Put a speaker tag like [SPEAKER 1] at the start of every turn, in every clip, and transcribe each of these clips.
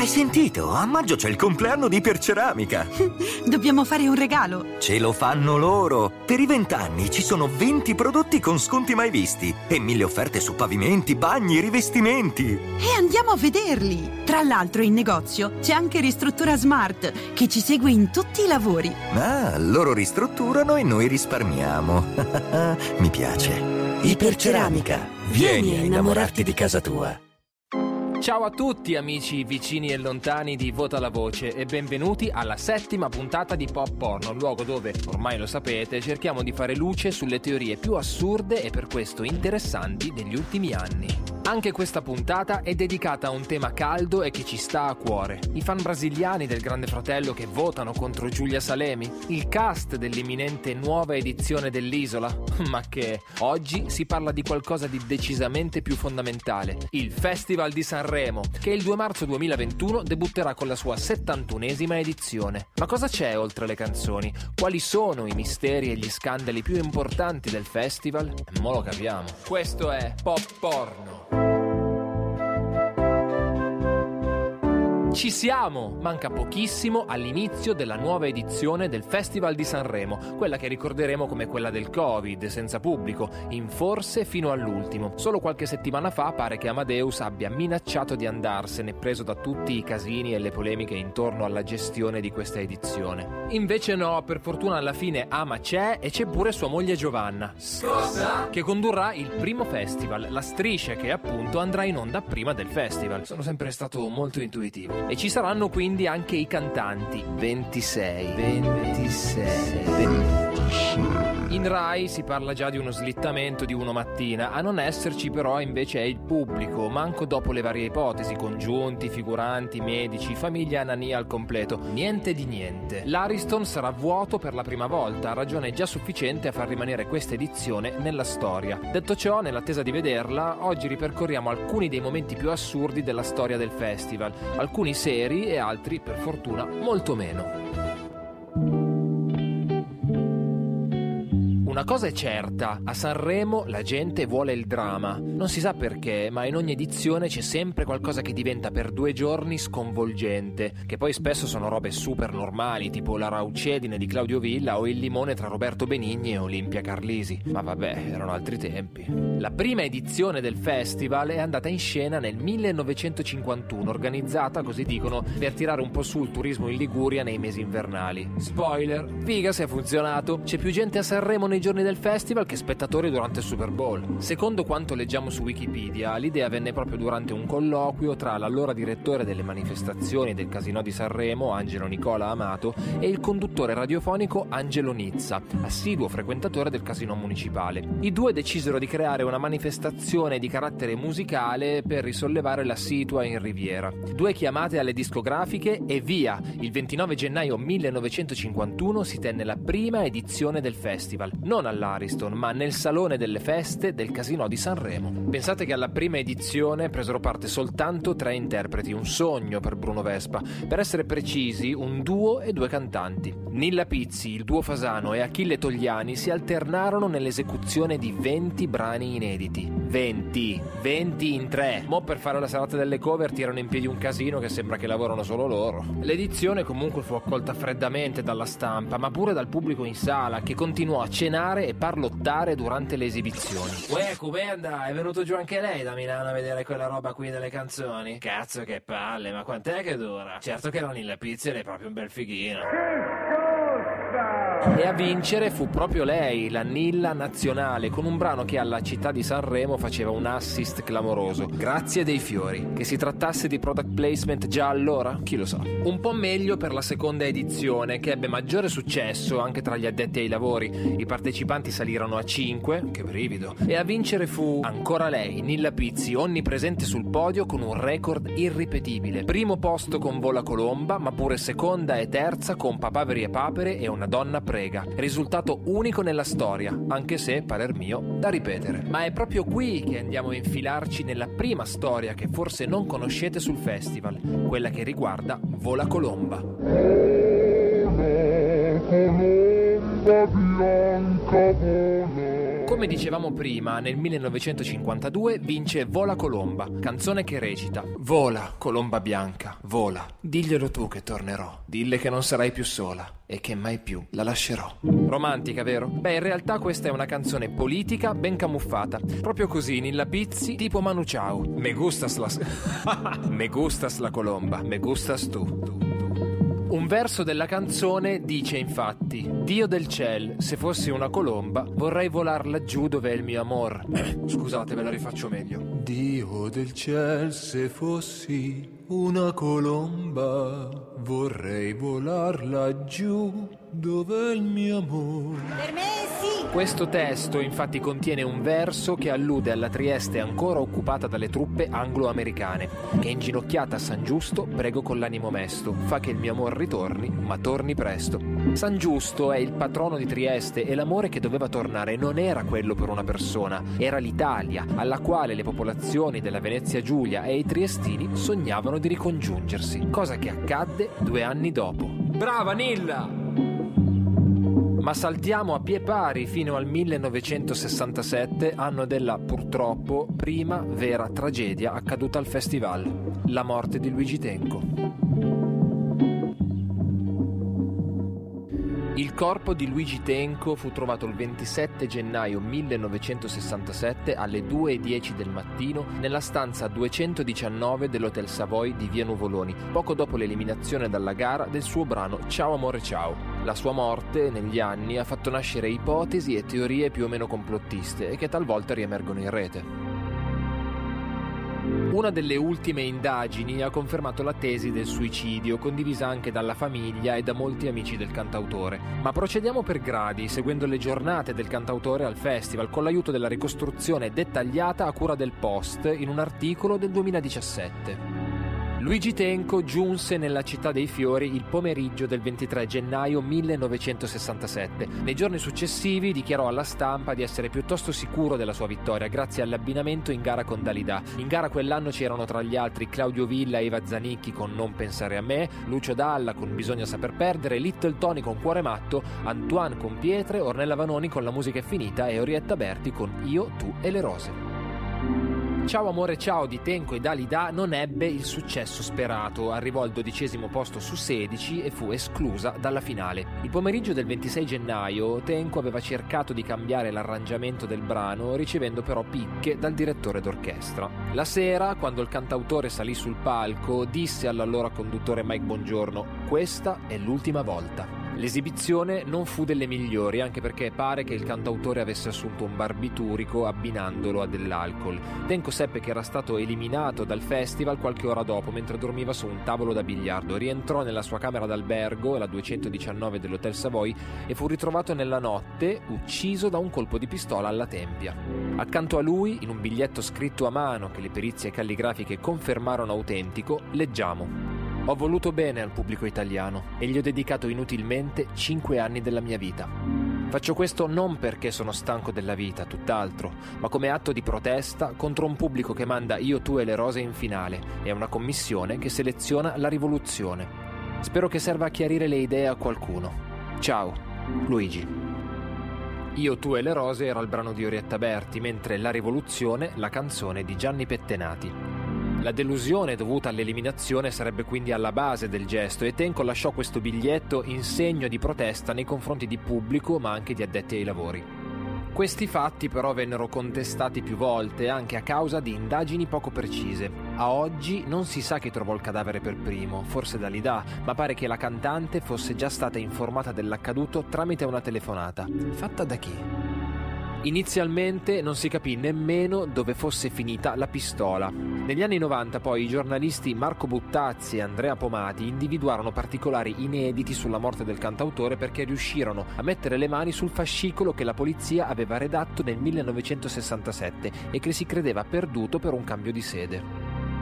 [SPEAKER 1] Hai sentito? A maggio c'è il compleanno di Iperceramica.
[SPEAKER 2] Dobbiamo fare un regalo.
[SPEAKER 1] Ce lo fanno loro. Per i 20 anni ci sono 20 prodotti con sconti mai visti e 1000 offerte su pavimenti, bagni, rivestimenti.
[SPEAKER 2] E andiamo a vederli. Tra l'altro in negozio c'è anche Ristruttura Smart che ci segue in tutti i lavori.
[SPEAKER 1] Ah, loro ristrutturano e noi risparmiamo. Mi piace. Iperceramica. Vieni a innamorarti di casa tua.
[SPEAKER 3] Ciao a tutti amici vicini e lontani di Vota la Voce e benvenuti alla 7ª puntata di Pop Porno, un luogo dove, ormai lo sapete, cerchiamo di fare luce sulle teorie più assurde e per questo interessanti degli ultimi anni. Anche questa puntata è dedicata a un tema caldo e che ci sta a cuore. I fan brasiliani del Grande Fratello che votano contro Giulia Salemi, il cast dell'imminente nuova edizione dell'Isola, ma che oggi si parla di qualcosa di decisamente più fondamentale, il Festival di Sanremo, che il 2 marzo 2021 debutterà con la sua 71esima edizione. Ma cosa c'è oltre le canzoni? Quali sono i misteri e gli scandali più importanti del festival? Mo lo capiamo. Questo è Pop Porno. Ci siamo! Manca pochissimo all'inizio della nuova edizione del Festival di Sanremo, quella che ricorderemo come quella del Covid, senza pubblico, in forse fino all'ultimo. Solo qualche settimana fa pare che Amadeus abbia minacciato di andarsene, preso da tutti i casini e le polemiche intorno alla gestione di questa edizione. Invece no, per fortuna alla fine Ama c'è e c'è pure sua moglie Giovanna. Cosa? Che condurrà il primo festival, la striscia che appunto andrà in onda prima del festival. Sono sempre stato molto intuitivo. E ci saranno quindi anche i cantanti. 26. In Rai si parla già di uno slittamento di Uno Mattina. A non esserci però invece è il pubblico, manco dopo le varie ipotesi, congiunti, figuranti, medici, famiglia Anania al completo. Niente di niente. L'Ariston sarà vuoto per la prima volta, ragione già sufficiente a far rimanere questa edizione nella storia. Detto ciò, nell'attesa di vederla, oggi ripercorriamo alcuni dei momenti più assurdi della storia del festival, alcuni seri e altri, per fortuna, molto meno. Una cosa è certa, a Sanremo la gente vuole il dramma. Non si sa perché, ma in ogni edizione c'è sempre qualcosa che diventa per 2 giorni sconvolgente, che poi spesso sono robe super normali, tipo la raucedine di Claudio Villa o il limone tra Roberto Benigni e Olimpia Carlisi. Ma vabbè, erano altri tempi. La prima edizione del festival è andata in scena nel 1951, organizzata, così dicono, per tirare un po' su il turismo in Liguria nei mesi invernali. Spoiler, figa se ha funzionato, c'è più gente a Sanremo nei giorni del festival che spettatori durante il Super Bowl. Secondo quanto leggiamo su Wikipedia, l'idea venne proprio durante un colloquio tra l'allora direttore delle manifestazioni del Casinò di Sanremo, Angelo Nicola Amato, e il conduttore radiofonico Angelo Nizza, assiduo frequentatore del Casinò municipale. I due decisero di creare una manifestazione di carattere musicale per risollevare la situa in Riviera. 2 chiamate alle discografiche e via! Il 29 gennaio 1951 si tenne la prima edizione del festival. Non all'Ariston, ma nel salone delle feste del Casinò di Sanremo. Pensate che alla prima edizione presero parte soltanto 3 interpreti, un sogno per Bruno Vespa. Per essere precisi, un duo e 2 cantanti. Nilla Pizzi, il duo Fasano e Achille Togliani si alternarono nell'esecuzione di 20 brani inediti. 20 in 3. Mo' per fare la serata delle cover tirano in piedi un casino che sembra che lavorano solo loro. L'edizione comunque fu accolta freddamente dalla stampa, ma pure dal pubblico in sala, che continuò a cenare e parlottare durante le esibizioni. Uè, Cupenda, è venuto giù anche lei da Milano a vedere quella roba qui delle canzoni? Cazzo che palle, ma quant'è che dura? Certo che la Nilla Pizzi è proprio un bel fighino. E a vincere fu proprio lei, la Nilla nazionale, con un brano che alla città di Sanremo faceva un assist clamoroso. Grazie dei fiori. Che si trattasse di product placement già allora? Chi lo sa. Un po' meglio per la seconda edizione, che ebbe maggiore successo anche tra gli addetti ai lavori. I partecipanti salirono a 5, che brivido. E a vincere fu ancora lei, Nilla Pizzi, onnipresente sul podio con un record irripetibile. Primo posto con Vola Colomba, ma pure seconda e terza con Papaveri e Papere e Una donna prega. Risultato unico nella storia, anche se, parer mio, da ripetere. Ma è proprio qui che andiamo a infilarci nella prima storia che forse non conoscete sul festival, quella che riguarda Vola Colomba.
[SPEAKER 4] Colomba bianca vola.
[SPEAKER 3] Come dicevamo prima, nel 1952 vince Vola Colomba, canzone che recita: vola, colomba bianca, vola, diglielo tu che tornerò, dille che non sarai più sola e che mai più la lascerò. Romantica, vero? Beh, in realtà questa è una canzone politica ben camuffata, proprio così, Nilla Pizzi, tipo Manu Chao. Me gustas la colomba, me gustas tu. Un verso della canzone dice infatti: Dio del ciel, se fossi una colomba vorrei volar laggiù dove è il mio amor. Scusate, ve la rifaccio meglio. Dio del ciel, se fossi una colomba vorrei volar laggiù dove è il mio amor. Per me sì. Questo testo infatti contiene un verso che allude alla Trieste ancora occupata dalle truppe anglo-americane, che inginocchiata a San Giusto prego con l'animo mesto, fa che il mio amor ritorni, ma torni presto. San Giusto è il patrono di Trieste e l'amore che doveva tornare non era quello per una persona, era l'Italia, alla quale le popolazioni della Venezia Giulia e i triestini sognavano di ricongiungersi, cosa che accadde 2 anni dopo. Brava Nilla! Ma saltiamo a pie pari fino al 1967, anno della, purtroppo, prima vera tragedia accaduta al festival, la morte di Luigi Tenco. Il corpo di Luigi Tenco fu trovato il 27 gennaio 1967 alle 2:10 del mattino nella stanza 219 dell'Hotel Savoy di Via Nuvoloni, poco dopo l'eliminazione dalla gara del suo brano Ciao amore ciao. La sua morte, negli anni, ha fatto nascere ipotesi e teorie più o meno complottiste e che talvolta riemergono in rete. Una delle ultime indagini ha confermato la tesi del suicidio, condivisa anche dalla famiglia e da molti amici del cantautore. Ma procediamo per gradi, seguendo le giornate del cantautore al festival, con l'aiuto della ricostruzione dettagliata a cura del Post in un articolo del 2017. Luigi Tenco giunse nella città dei fiori il pomeriggio del 23 gennaio 1967. Nei giorni successivi dichiarò alla stampa di essere piuttosto sicuro della sua vittoria grazie all'abbinamento in gara con Dalida. In gara quell'anno c'erano tra gli altri Claudio Villa e Eva Zanicchi con Non pensare a me, Lucio Dalla con Bisogna saper perdere, Little Tony con Cuore matto, Antoine con Pietre, Ornella Vanoni con La musica è finita e Orietta Berti con Io, tu e le rose. Ciao amore ciao di Tenco e Dalida non ebbe il successo sperato, arrivò al 12° posto su 16 e fu esclusa dalla finale. Il pomeriggio del 26 gennaio Tenco aveva cercato di cambiare l'arrangiamento del brano, ricevendo però picche dal direttore d'orchestra. La sera, quando il cantautore salì sul palco, disse all'allora conduttore Mike Bongiorno: questa è l'ultima volta. L'esibizione non fu delle migliori, anche perché pare che il cantautore avesse assunto un barbiturico abbinandolo a dell'alcol. Tenco seppe che era stato eliminato dal festival qualche ora dopo, mentre dormiva su un tavolo da biliardo. Rientrò nella sua camera d'albergo, la 219 dell'Hotel Savoy, e fu ritrovato nella notte, ucciso da un colpo di pistola alla tempia. Accanto a lui, in un biglietto scritto a mano che le perizie calligrafiche confermarono autentico, leggiamo: ho voluto bene al pubblico italiano e gli ho dedicato inutilmente 5 anni della mia vita. Faccio questo non perché sono stanco della vita, tutt'altro, ma come atto di protesta contro un pubblico che manda Io, tu e le rose in finale e una commissione che seleziona la rivoluzione. Spero che serva a chiarire le idee a qualcuno. Ciao, Luigi. Io, tu e le rose era il brano di Orietta Berti, mentre La rivoluzione, la canzone di Gianni Pettenati. La delusione dovuta all'eliminazione sarebbe quindi alla base del gesto e Tenco lasciò questo biglietto in segno di protesta nei confronti di pubblico ma anche di addetti ai lavori. Questi fatti però vennero contestati più volte anche a causa di indagini poco precise. A oggi non si sa chi trovò il cadavere per primo, forse Dalida, ma pare che la cantante fosse già stata informata dell'accaduto tramite una telefonata. Fatta da chi? Inizialmente non si capì nemmeno dove fosse finita la pistola. Negli anni 90 poi i giornalisti Marco Buttazzi e Andrea Pomati individuarono particolari inediti sulla morte del cantautore perché riuscirono a mettere le mani sul fascicolo che la polizia aveva redatto nel 1967 e che si credeva perduto per un cambio di sede.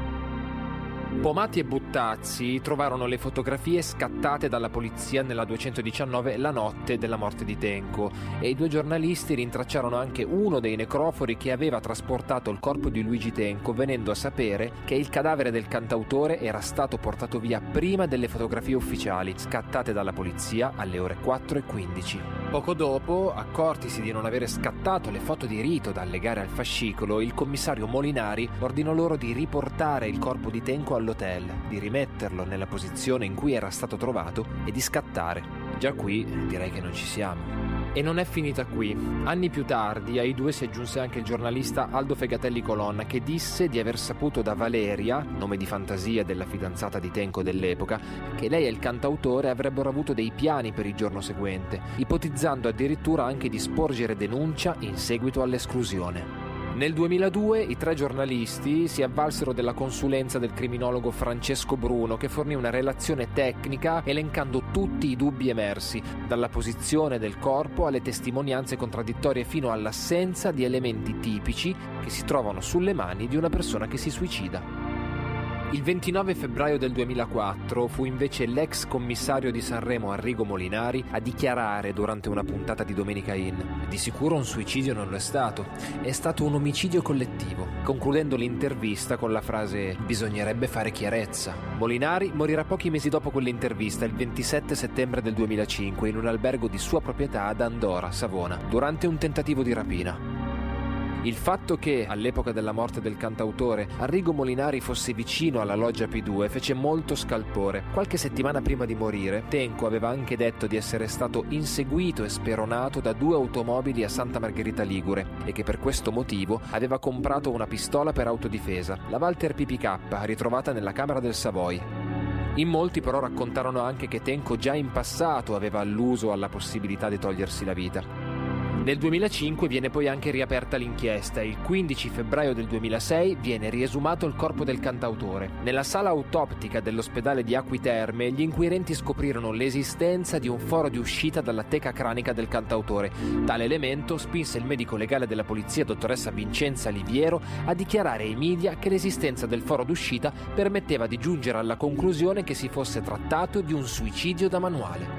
[SPEAKER 3] Pomati e Buttazzi trovarono le fotografie scattate dalla polizia nella 219 la notte della morte di Tenco e i 2 giornalisti rintracciarono anche uno dei necrofori che aveva trasportato il corpo di Luigi Tenco, venendo a sapere che il cadavere del cantautore era stato portato via prima delle fotografie ufficiali scattate dalla polizia alle ore 4:15. Poco dopo, accortisi di non avere scattato le foto di rito da allegare al fascicolo, il commissario Molinari ordinò loro di riportare il corpo di Tenco all'hotel, di rimetterlo nella posizione in cui era stato trovato e di scattare. Già qui direi che non ci siamo. E non è finita qui. Anni più tardi ai due si aggiunse anche il giornalista Aldo Fegatelli Colonna, che disse di aver saputo da Valeria, nome di fantasia della fidanzata di Tenco dell'epoca, che lei e il cantautore avrebbero avuto dei piani per il giorno seguente, ipotizzando addirittura anche di sporgere denuncia in seguito all'esclusione. Nel 2002 i tre giornalisti si avvalsero della consulenza del criminologo Francesco Bruno, che fornì una relazione tecnica elencando tutti i dubbi emersi, dalla posizione del corpo alle testimonianze contraddittorie fino all'assenza di elementi tipici che si trovano sulle mani di una persona che si suicida. Il 29 febbraio del 2004 fu invece l'ex commissario di Sanremo Arrigo Molinari a dichiarare durante una puntata di Domenica In: di sicuro un suicidio non lo è stato un omicidio collettivo, concludendo l'intervista con la frase «bisognerebbe fare chiarezza». Molinari morirà pochi mesi dopo quell'intervista, il 27 settembre del 2005, in un albergo di sua proprietà ad Andora, Savona, durante un tentativo di rapina. Il fatto che, all'epoca della morte del cantautore, Arrigo Molinari fosse vicino alla loggia P2 fece molto scalpore. Qualche settimana prima di morire, Tenco aveva anche detto di essere stato inseguito e speronato da 2 automobili a Santa Margherita Ligure e che per questo motivo aveva comprato una pistola per autodifesa, la Walter PPK, ritrovata nella camera del Savoy. In molti però raccontarono anche che Tenco già in passato aveva alluso alla possibilità di togliersi la vita. Nel 2005 viene poi anche riaperta l'inchiesta e il 15 febbraio del 2006 viene riesumato il corpo del cantautore. Nella sala autoptica dell'ospedale di Acqui Terme gli inquirenti scoprirono l'esistenza di un foro di uscita dalla teca cranica del cantautore. Tale elemento spinse il medico legale della polizia, dottoressa Vincenza Liviero, a dichiarare ai media che l'esistenza del foro d'uscita permetteva di giungere alla conclusione che si fosse trattato di un suicidio da manuale.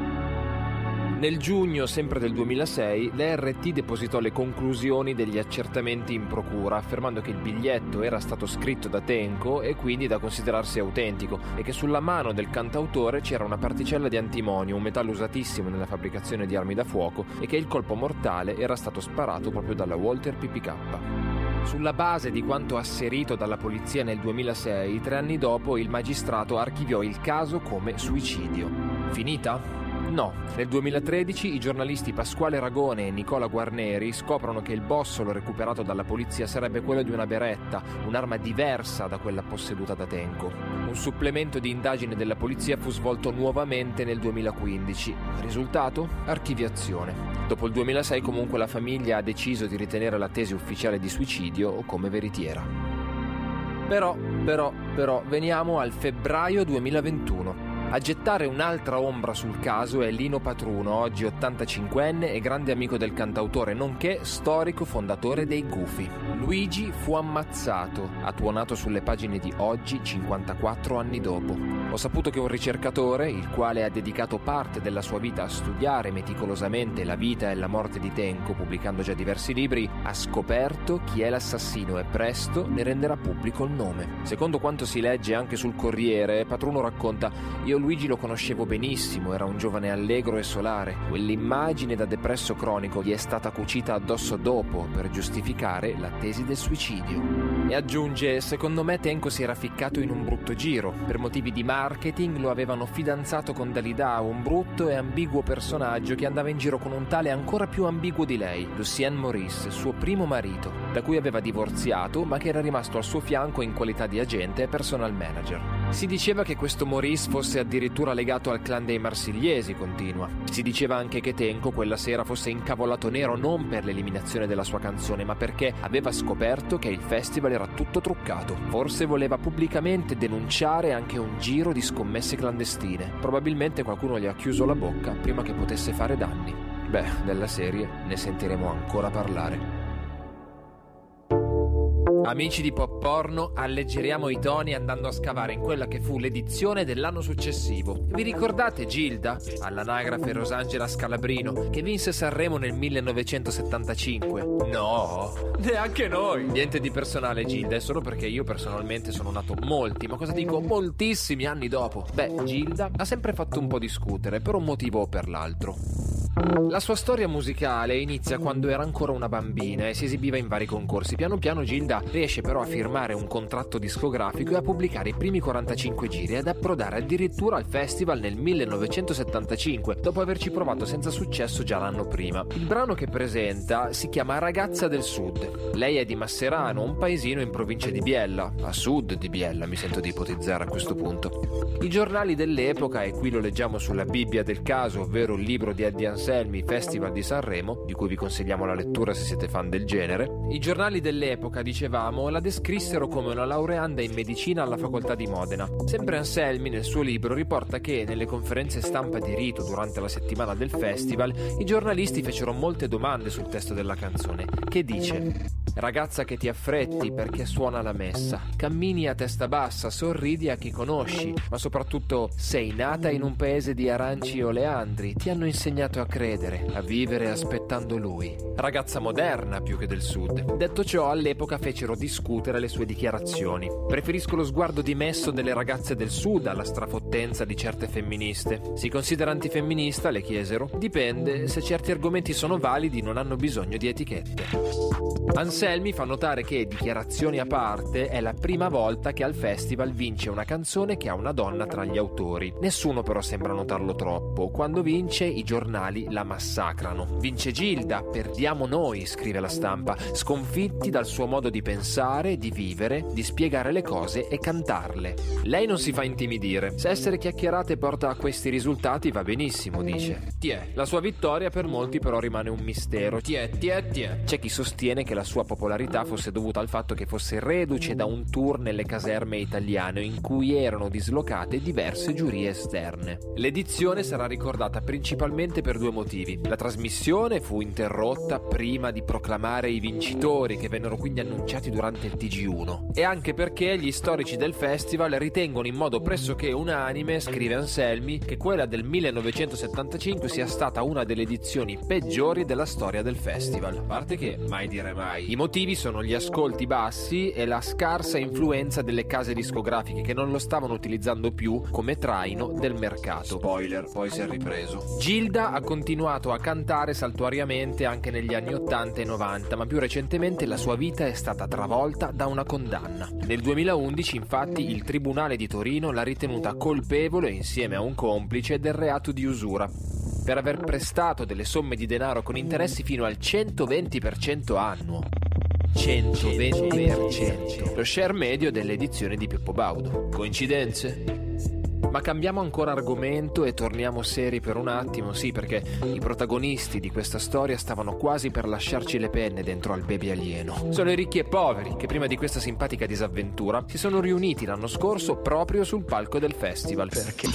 [SPEAKER 3] Nel giugno, sempre del 2006, l'ERT depositò le conclusioni degli accertamenti in procura, affermando che il biglietto era stato scritto da Tenco e quindi da considerarsi autentico, e che sulla mano del cantautore c'era una particella di antimonio, un metallo usatissimo nella fabbricazione di armi da fuoco, e che il colpo mortale era stato sparato proprio dalla Walter PPK. Sulla base di quanto asserito dalla polizia nel 2006, 3 anni dopo il magistrato archiviò il caso come suicidio. Finita? No. Nel 2013 i giornalisti Pasquale Ragone e Nicola Guarneri scoprono che il bossolo recuperato dalla polizia sarebbe quello di una beretta, un'arma diversa da quella posseduta da Tenco. Un supplemento di indagine della polizia fu svolto nuovamente nel 2015. Risultato? Archiviazione. Dopo il 2006 comunque la famiglia ha deciso di ritenere la tesi ufficiale di suicidio come veritiera. Però, veniamo al febbraio 2021. A gettare un'altra ombra sul caso è Lino Patruno, oggi 85enne e grande amico del cantautore, nonché storico fondatore dei Gufi. Luigi fu ammazzato, ha tuonato sulle pagine di Oggi 54 anni dopo. Ho saputo che un ricercatore, il quale ha dedicato parte della sua vita a studiare meticolosamente la vita e la morte di Tenco, pubblicando già diversi libri, ha scoperto chi è l'assassino e presto ne renderà pubblico il nome. Secondo quanto si legge anche sul Corriere, Patruno racconta: io Luigi lo conoscevo benissimo, era un giovane allegro e solare. Quell'immagine da depresso cronico gli è stata cucita addosso dopo per giustificare la tesi del suicidio. E aggiunge: secondo me Tenco si era ficcato in un brutto giro. Per motivi di marketing lo avevano fidanzato con Dalida, un brutto e ambiguo personaggio che andava in giro con un tale ancora più ambiguo di lei, Lucien Maurice, suo primo marito, da cui aveva divorziato ma che era rimasto al suo fianco in qualità di agente e personal manager. Si diceva che questo Maurice fosse addirittura legato al clan dei Marsigliesi, continua. Si diceva anche che Tenco quella sera fosse incavolato nero non per l'eliminazione della sua canzone, ma perché aveva scoperto che il festival era tutto truccato. Forse voleva pubblicamente denunciare anche un giro di scommesse clandestine. Probabilmente qualcuno gli ha chiuso la bocca prima che potesse fare danni. Beh, della serie ne sentiremo ancora parlare. Amici di Pop Porno, alleggeriamo i toni andando a scavare in quella che fu l'edizione dell'anno successivo. Vi ricordate Gilda, all'anagrafe Rosangela Scalabrino, che vinse Sanremo nel 1975? No, neanche noi. Niente di personale Gilda, è solo perché io personalmente sono nato moltissimi anni dopo. Beh, Gilda ha sempre fatto un po' discutere per un motivo o per l'altro. La sua storia musicale inizia quando era ancora una bambina e si esibiva in vari concorsi. Piano piano Gilda riesce però a firmare un contratto discografico e a pubblicare i primi 45 giri, ad approdare addirittura al festival nel 1975, dopo averci provato senza successo già l'anno prima. Il brano che presenta si chiama Ragazza del Sud. Lei è di Masserano, un paesino in provincia di Biella, a sud di Biella, mi sento di ipotizzare a questo punto. I giornali dell'epoca, e qui lo leggiamo sulla Bibbia del caso, ovvero il libro di Eddie Anselmi, Festival di Sanremo, di cui vi consigliamo la lettura se siete fan del genere, i giornali dell'epoca, dicevamo, la descrissero come una laureanda in medicina alla facoltà di Modena. Sempre Anselmi nel suo libro riporta che nelle conferenze stampa di rito durante la settimana del festival i giornalisti fecero molte domande sul testo della canzone, che dice: ragazza che ti affretti perché suona la messa, cammini a testa bassa, sorridi a chi conosci, ma soprattutto sei nata in un paese di aranci e oleandri, ti hanno insegnato a credere, a vivere aspettando lui. Ragazza moderna più che del sud. Detto ciò, all'epoca fecero discutere le sue dichiarazioni. Preferisco lo sguardo dimesso delle ragazze del sud alla strafottenza di certe femministe. Si considera antifemminista? Le chiesero. Dipende, se certi argomenti sono validi non hanno bisogno di etichette. Anselmi fa notare che, dichiarazioni a parte, è la prima volta che al festival vince una canzone che ha una donna tra gli autori. Nessuno però sembra notarlo troppo. Quando vince, i giornali la massacrano. Vince Gilda, perdiamo noi, scrive la stampa, sconfitti dal suo modo di pensare, di vivere, di spiegare le cose e cantarle. Lei non si fa intimidire. Se essere chiacchierate porta a questi risultati va benissimo, dice. La sua vittoria per molti però rimane un mistero. C'è chi sostiene che la sua popolarità fosse dovuta al fatto che fosse reduce da un tour nelle caserme italiane in cui erano dislocate diverse giurie esterne. L'edizione sarà ricordata principalmente per due motivi. La trasmissione fu interrotta prima di proclamare i vincitori, che vennero quindi annunciati durante il TG1, e anche perché gli storici del festival ritengono in modo pressoché unanime, scrive Anselmi, che quella del 1975 sia stata una delle edizioni peggiori della storia del festival. A parte che, mai dire mai. I motivi sono gli ascolti bassi e la scarsa influenza delle case discografiche, che non lo stavano utilizzando più come traino del mercato. Spoiler, poi si è ripreso. Gilda ha continuato a cantare saltuariamente anche negli anni 80 e 90, ma più recentemente la sua vita è stata travolta da una condanna. Nel 2011, infatti, il Tribunale di Torino l'ha ritenuta colpevole, insieme a un complice, del reato di usura, per aver prestato delle somme di denaro con interessi fino al 120% annuo. 120%. Lo share medio delle edizioni di Pippo Baudo. Coincidenze? Ma cambiamo ancora argomento e torniamo seri per un attimo, sì, perché i protagonisti di questa storia stavano quasi per lasciarci le penne dentro al baby alieno. Sono i ricchi e poveri che prima di questa simpatica disavventura si sono riuniti l'anno scorso proprio sul palco del festival. Perché?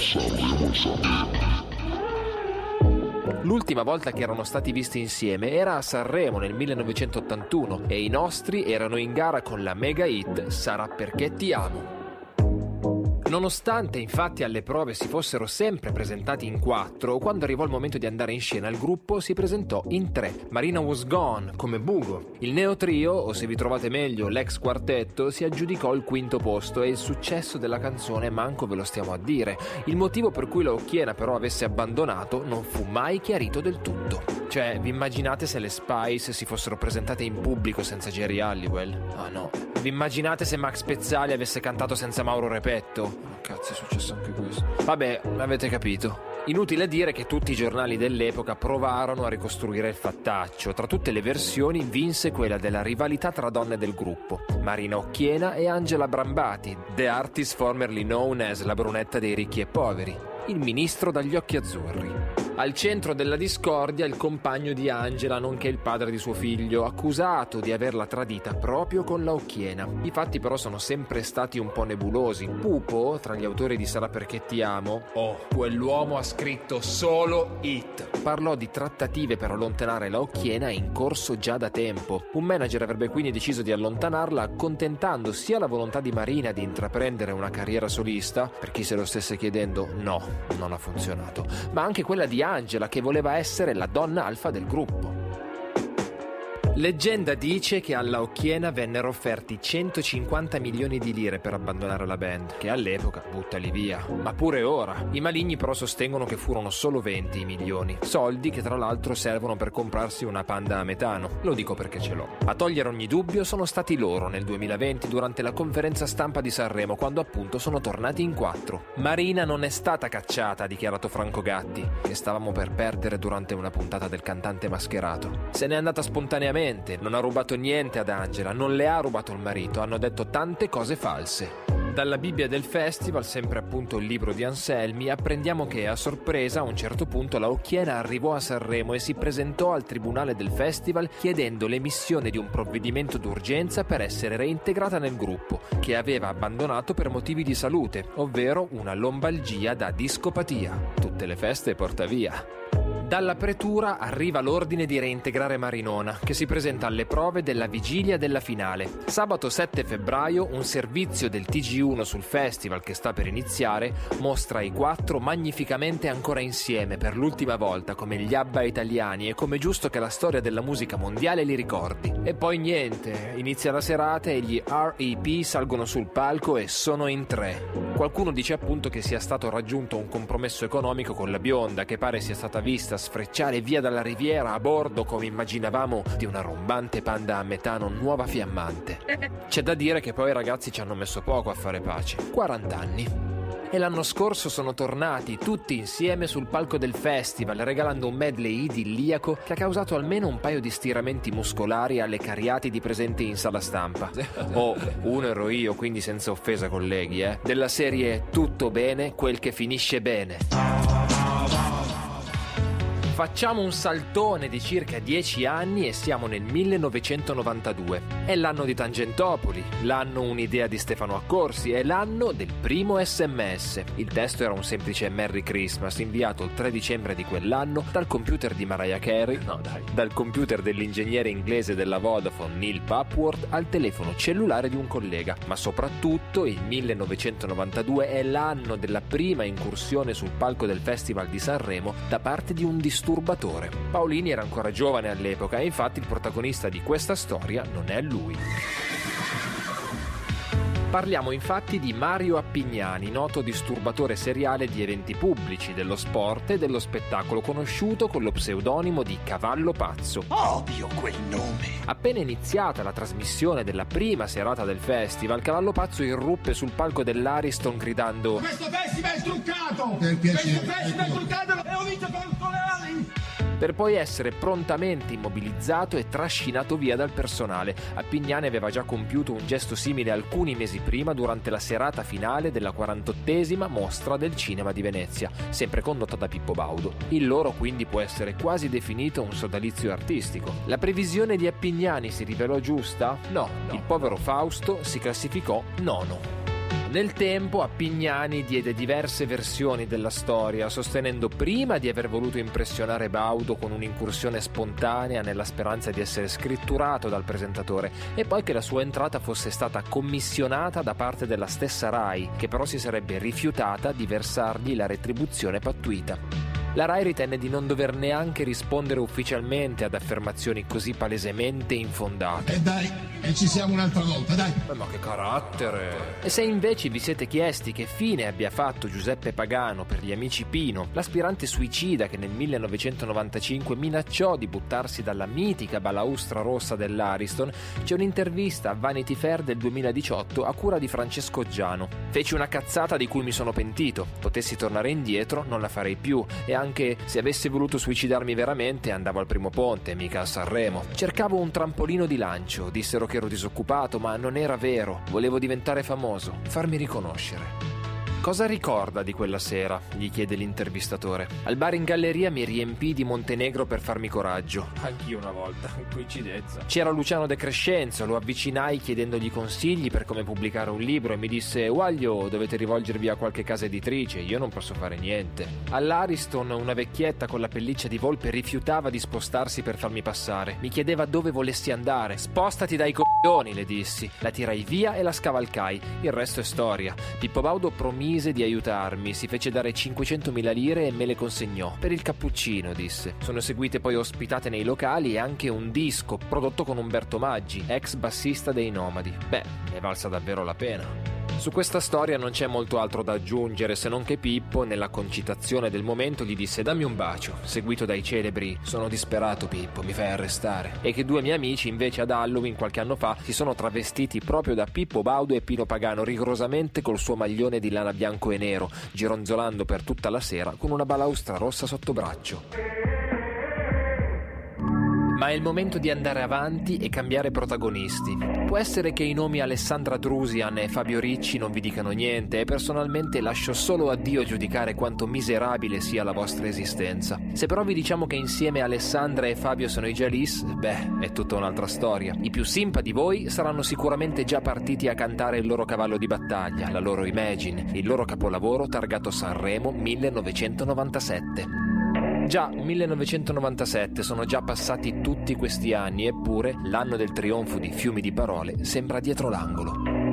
[SPEAKER 3] L'ultima volta che erano stati visti insieme era a Sanremo nel 1981 e i nostri erano in gara con la mega hit Sarà perché ti amo. Nonostante infatti alle prove si fossero sempre presentati in 4, quando arrivò il momento di andare in scena il gruppo si presentò in 3. Marina Was Gone come Bugo. Il neo trio, o se vi trovate meglio l'ex quartetto, si aggiudicò il quinto posto e il successo della canzone manco ve lo stiamo a dire. Il motivo per cui la Occhiena però avesse abbandonato non fu mai chiarito del tutto. Cioè, vi immaginate se le Spice si fossero presentate in pubblico senza Geri Halliwell? Ah no. Vi immaginate se Max Pezzali avesse cantato senza Mauro Repetto? Cazzo, è successo anche questo. Vabbè, l'avete capito. Inutile dire che tutti i giornali dell'epoca provarono a ricostruire il fattaccio. Tra tutte le versioni vinse quella della rivalità tra donne del gruppo, Marina Occhiena e Angela Brambati, the artist formerly known as la brunetta dei ricchi e poveri, il ministro dagli occhi azzurri. Al centro della discordia il compagno di Angela, nonché il padre di suo figlio, accusato di averla tradita proprio con la Occhiena. I fatti però sono sempre stati un po' nebulosi. Pupo, tra gli autori di Sarà perché ti amo, quell'uomo ha scritto solo hit. Parlò di trattative per allontanare la Occhiena in corso già da tempo. Un manager avrebbe quindi deciso di allontanarla, accontentando sia la volontà di Marina di intraprendere una carriera solista, per chi se lo stesse chiedendo, no, non ha funzionato, ma anche quella di Angela, che voleva essere la donna alfa del gruppo. Leggenda dice che alla Occhiena vennero offerti 150 milioni di lire per abbandonare la band, che all'epoca buttali via. Ma pure ora. I maligni però sostengono che furono solo 20 milioni, soldi che tra l'altro servono per comprarsi una Panda a metano. Lo dico perché ce l'ho. A togliere ogni dubbio sono stati loro nel 2020 durante la conferenza stampa di Sanremo, quando appunto sono tornati in 4. Marina non è stata cacciata, ha dichiarato Franco Gatti, che stavamo per perdere durante una puntata del Cantante Mascherato. Se n'è andata spontaneamente, non ha rubato niente ad Angela, non le ha rubato il marito, hanno detto tante cose false. Dalla Bibbia del festival, sempre appunto il libro di Anselmi, apprendiamo che a sorpresa a un certo punto la Occhiena arrivò a Sanremo e si presentò al tribunale del festival chiedendo l'emissione di un provvedimento d'urgenza per essere reintegrata nel gruppo, che aveva abbandonato per motivi di salute, ovvero una lombalgia da discopatia. Tutte le feste porta via. Dalla pretura arriva l'ordine di reintegrare Marinona, che si presenta alle prove della vigilia della finale. Sabato 7 febbraio un servizio del TG1 sul festival che sta per iniziare mostra i 4 magnificamente ancora insieme per l'ultima volta come gli ABBA italiani, e come giusto che la storia della musica mondiale li ricordi. E poi niente, inizia la serata e gli R.E.P. salgono sul palco e sono in 3. Qualcuno dice appunto che sia stato raggiunto un compromesso economico con la bionda, che pare sia stata vista sfrecciare via dalla riviera a bordo, come immaginavamo, di una rombante Panda a metano nuova fiammante. C'è da dire che poi i ragazzi ci hanno messo poco a fare pace. 40 anni. E l'anno scorso sono tornati tutti insieme sul palco del festival, regalando un medley idilliaco che ha causato almeno un paio di stiramenti muscolari alle cariatidi presenti in sala stampa. Oh, uno ero io, quindi senza offesa colleghi, della serie tutto bene quel che finisce bene. Facciamo un saltone di circa 10 anni e siamo nel 1992. È l'anno di Tangentopoli, l'anno Un'idea di Stefano Accorsi, è l'anno del primo SMS. Il testo era un semplice Merry Christmas inviato il 3 dicembre di quell'anno dal computer di Mariah Carey, dal computer dell'ingegnere inglese della Vodafone Neil Papworth al telefono cellulare di un collega. Ma soprattutto il 1992 è l'anno della prima incursione sul palco del Festival di Sanremo da parte di un disturbatore. Paolini era ancora giovane all'epoca e infatti il protagonista di questa storia non è lui. Parliamo infatti di Mario Appignani, noto disturbatore seriale di eventi pubblici, dello sport e dello spettacolo, conosciuto con lo pseudonimo di Cavallo Pazzo.
[SPEAKER 4] Ovvio quel nome!
[SPEAKER 3] Appena iniziata la trasmissione della prima serata del festival, Cavallo Pazzo irruppe sul palco dell'Ariston gridando:
[SPEAKER 4] "Questo festival è truccato! Questo festival è truccato e ho vinto con le ali!"
[SPEAKER 3] Per poi essere prontamente immobilizzato e trascinato via dal personale. Appignani aveva già compiuto un gesto simile alcuni mesi prima durante la serata finale della 48esima Mostra del Cinema di Venezia, sempre condotta da Pippo Baudo. Il loro quindi può essere quasi definito un sodalizio artistico. La previsione di Appignani si rivelò giusta? No. Il povero Fausto si classificò nono. Nel tempo Appignani diede diverse versioni della storia, sostenendo prima di aver voluto impressionare Baudo con un'incursione spontanea nella speranza di essere scritturato dal presentatore, e poi che la sua entrata fosse stata commissionata da parte della stessa Rai, che però si sarebbe rifiutata di versargli la retribuzione pattuita. La Rai ritenne di non dover neanche rispondere ufficialmente ad affermazioni così palesemente infondate.
[SPEAKER 4] E dai, e ci siamo un'altra volta, dai!
[SPEAKER 3] Ma che carattere! E se invece vi siete chiesti che fine abbia fatto Giuseppe Pagano per gli amici Pino, l'aspirante suicida che nel 1995 minacciò di buttarsi dalla mitica balaustra rossa dell'Ariston, c'è un'intervista a Vanity Fair del 2018 a cura di Francesco Giano. Feci una cazzata di cui mi sono pentito. Potessi tornare indietro, non la farei più, e anche se avessi voluto suicidarmi veramente andavo al Primo Ponte, mica a Sanremo. Cercavo un trampolino di lancio, dissero che ero disoccupato, ma non era vero. Volevo diventare famoso, farmi riconoscere. Cosa ricorda di quella sera? Gli chiede l'intervistatore. Al bar in galleria mi riempii di Montenegro per farmi coraggio. Anch'io una volta, coincidenza. C'era Luciano De Crescenzo, lo avvicinai chiedendogli consigli per come pubblicare un libro e mi disse: "Guaglio, dovete rivolgervi a qualche casa editrice, io non posso fare niente". All'Ariston una vecchietta con la pelliccia di volpe rifiutava di spostarsi per farmi passare. Mi chiedeva dove volessi andare. "Spostati dai le dissi, la tirai via e la scavalcai, il resto è storia. Pippo Baudo promise di aiutarmi, si fece dare 500.000 lire e me le consegnò. Per il cappuccino, disse. Sono seguite poi ospitate nei locali e anche un disco prodotto con Umberto Maggi, ex bassista dei Nomadi. Beh, ne è valsa davvero la pena. Su questa storia non c'è molto altro da aggiungere, se non che Pippo, nella concitazione del momento, gli disse dammi un bacio, seguito dai celebri sono disperato Pippo, mi fai arrestare, e che due miei amici invece ad Halloween qualche anno fa si sono travestiti proprio da Pippo Baudo e Pino Pagano, rigorosamente col suo maglione di lana bianco e nero, gironzolando per tutta la sera con una balaustra rossa sotto braccio. Ma è il momento di andare avanti e cambiare protagonisti. Può essere che i nomi Alessandra Drusian e Fabio Ricci non vi dicano niente e personalmente lascio solo a Dio giudicare quanto miserabile sia la vostra esistenza. Se però vi diciamo che insieme Alessandra e Fabio sono i Jalis, beh, è tutta un'altra storia. I più simpa di voi saranno sicuramente già partiti a cantare il loro cavallo di battaglia, la loro Imagine, il loro capolavoro targato Sanremo 1997. Già, 1997, sono già passati tutti questi anni, eppure l'anno del trionfo di Fiumi di Parole sembra dietro l'angolo.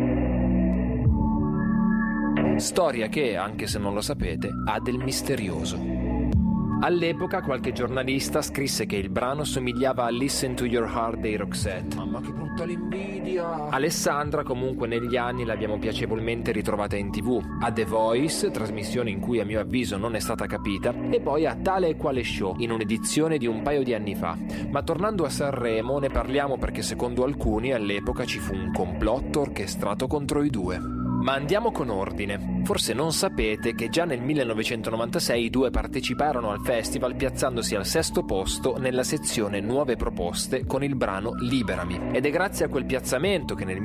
[SPEAKER 3] Storia che, anche se non lo sapete, ha del misterioso. All'epoca qualche giornalista scrisse che il brano somigliava a Listen to Your Heart dei Roxette. Mamma che brutta l'invidia! Alessandra comunque negli anni l'abbiamo piacevolmente ritrovata in TV, a The Voice, trasmissione in cui a mio avviso non è stata capita, e poi a Tale e Quale Show, in un'edizione di un paio di anni fa. Ma tornando a Sanremo ne parliamo perché secondo alcuni all'epoca ci fu un complotto orchestrato contro i due. Ma andiamo con ordine. Forse non sapete che già nel 1996 i due parteciparono al festival piazzandosi al 6° posto nella sezione Nuove Proposte con il brano Liberami. Ed è grazie a quel piazzamento che nel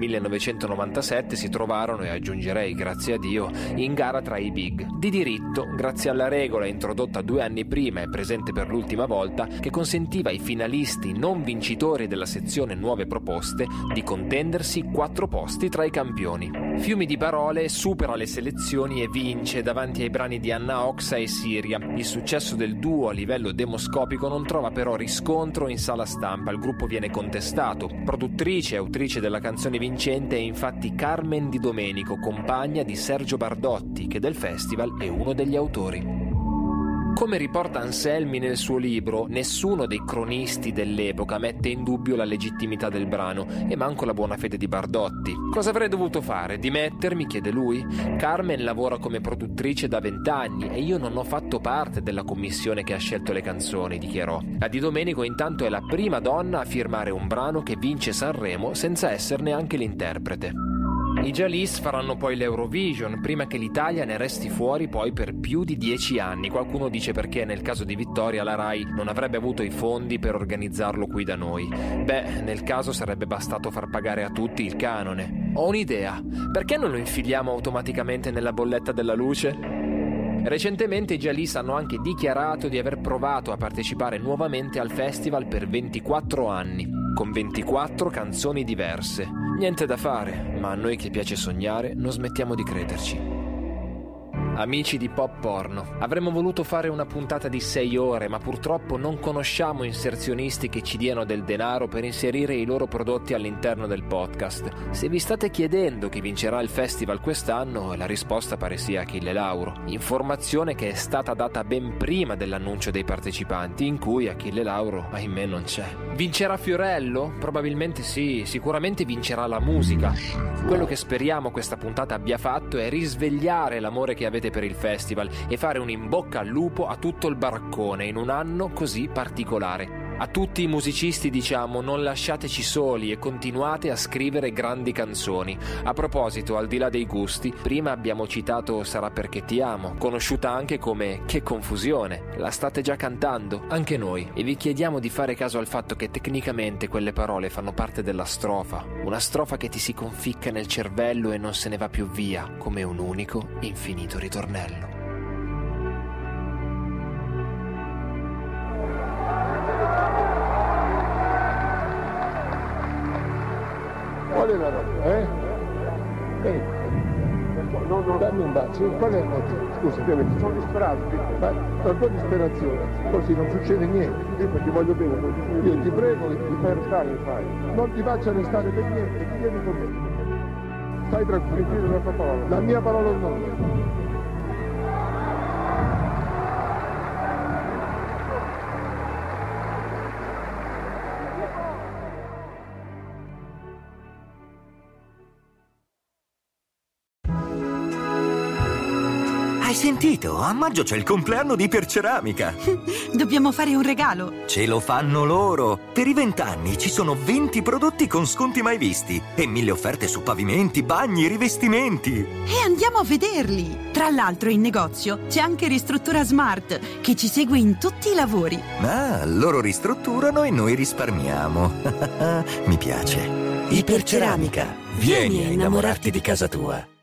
[SPEAKER 3] 1997 si trovarono, e aggiungerei grazie a Dio, in gara tra i big. Di diritto, grazie alla regola introdotta 2 anni prima e presente per l'ultima volta, che consentiva ai finalisti non vincitori della sezione Nuove Proposte di contendersi 4 posti tra i campioni. Fiumi di Parole supera le selezioni e vince davanti ai brani di Anna Oxa e Siria. Il successo del duo a livello demoscopico non trova però riscontro in sala stampa, il gruppo viene contestato. Produttrice e autrice della canzone vincente è infatti Carmen Di Domenico, compagna di Sergio Bardotti, che del festival è uno degli autori. Come riporta Anselmi nel suo libro, nessuno dei cronisti dell'epoca mette in dubbio la legittimità del brano e manco la buona fede di Bardotti. Cosa avrei dovuto fare? Dimettermi? Chiede lui. Carmen lavora come produttrice da 20 anni e io non ho fatto parte della commissione che ha scelto le canzoni, dichiarò. La Di Domenico intanto è la prima donna a firmare un brano che vince Sanremo senza esserne anche l'interprete. I Jalis faranno poi l'Eurovision, prima che l'Italia ne resti fuori poi per più di 10 anni. Qualcuno dice perché nel caso di vittoria la Rai non avrebbe avuto i fondi per organizzarlo qui da noi. Beh, nel caso sarebbe bastato far pagare a tutti il canone. Ho un'idea, perché non lo infiliamo automaticamente nella bolletta della luce? Recentemente i Jalis hanno anche dichiarato di aver provato a partecipare nuovamente al festival per 24 anni, con 24 canzoni diverse. Niente da fare, ma a noi che piace sognare non smettiamo di crederci. Amici di Pop Porno, avremmo voluto fare una puntata di 6 ore, ma purtroppo non conosciamo inserzionisti che ci diano del denaro per inserire i loro prodotti all'interno del podcast. Se vi state chiedendo chi vincerà il festival quest'anno, la risposta pare sia Achille Lauro. Informazione che è stata data ben prima dell'annuncio dei partecipanti, in cui Achille Lauro, ahimè, non c'è. Vincerà Fiorello? Probabilmente sì, sicuramente vincerà la musica. Quello che speriamo questa puntata abbia fatto è risvegliare l'amore che avete per il festival e fare un in bocca al lupo a tutto il baraccone in un anno così particolare. A tutti i musicisti diciamo: non lasciateci soli e continuate a scrivere grandi canzoni. A proposito, al di là dei gusti, prima abbiamo citato Sarà perché ti amo, conosciuta anche come Che confusione. La state già cantando? Anche noi. E vi chiediamo di fare caso al fatto che tecnicamente quelle parole fanno parte della strofa. Una strofa che ti si conficca nel cervello e non se ne va più via, come un unico, infinito ritornello.
[SPEAKER 4] Qual è la roba, eh?
[SPEAKER 5] Dammi un bacio. Qual è il motivo? Scusa, sono disperato. Ma la tua disperazione, così non succede niente. Io ti voglio bene. Io ti prego che ti fai restare, fai. Non ti faccia restare per niente, vieni con me. Stai tranquillo, la tua parola. La mia parola no.
[SPEAKER 1] Hai sentito? A maggio c'è il compleanno di Iperceramica.
[SPEAKER 2] Dobbiamo fare un regalo.
[SPEAKER 1] Ce lo fanno loro. Per i 20 anni ci sono 20 prodotti con sconti mai visti e 1000 offerte su pavimenti, bagni, rivestimenti.
[SPEAKER 2] E andiamo a vederli. Tra l'altro in negozio c'è anche Ristruttura Smart che ci segue in tutti i lavori.
[SPEAKER 1] Ah, loro ristrutturano e noi risparmiamo. Mi piace. Iperceramica. Vieni a innamorarti di casa tua.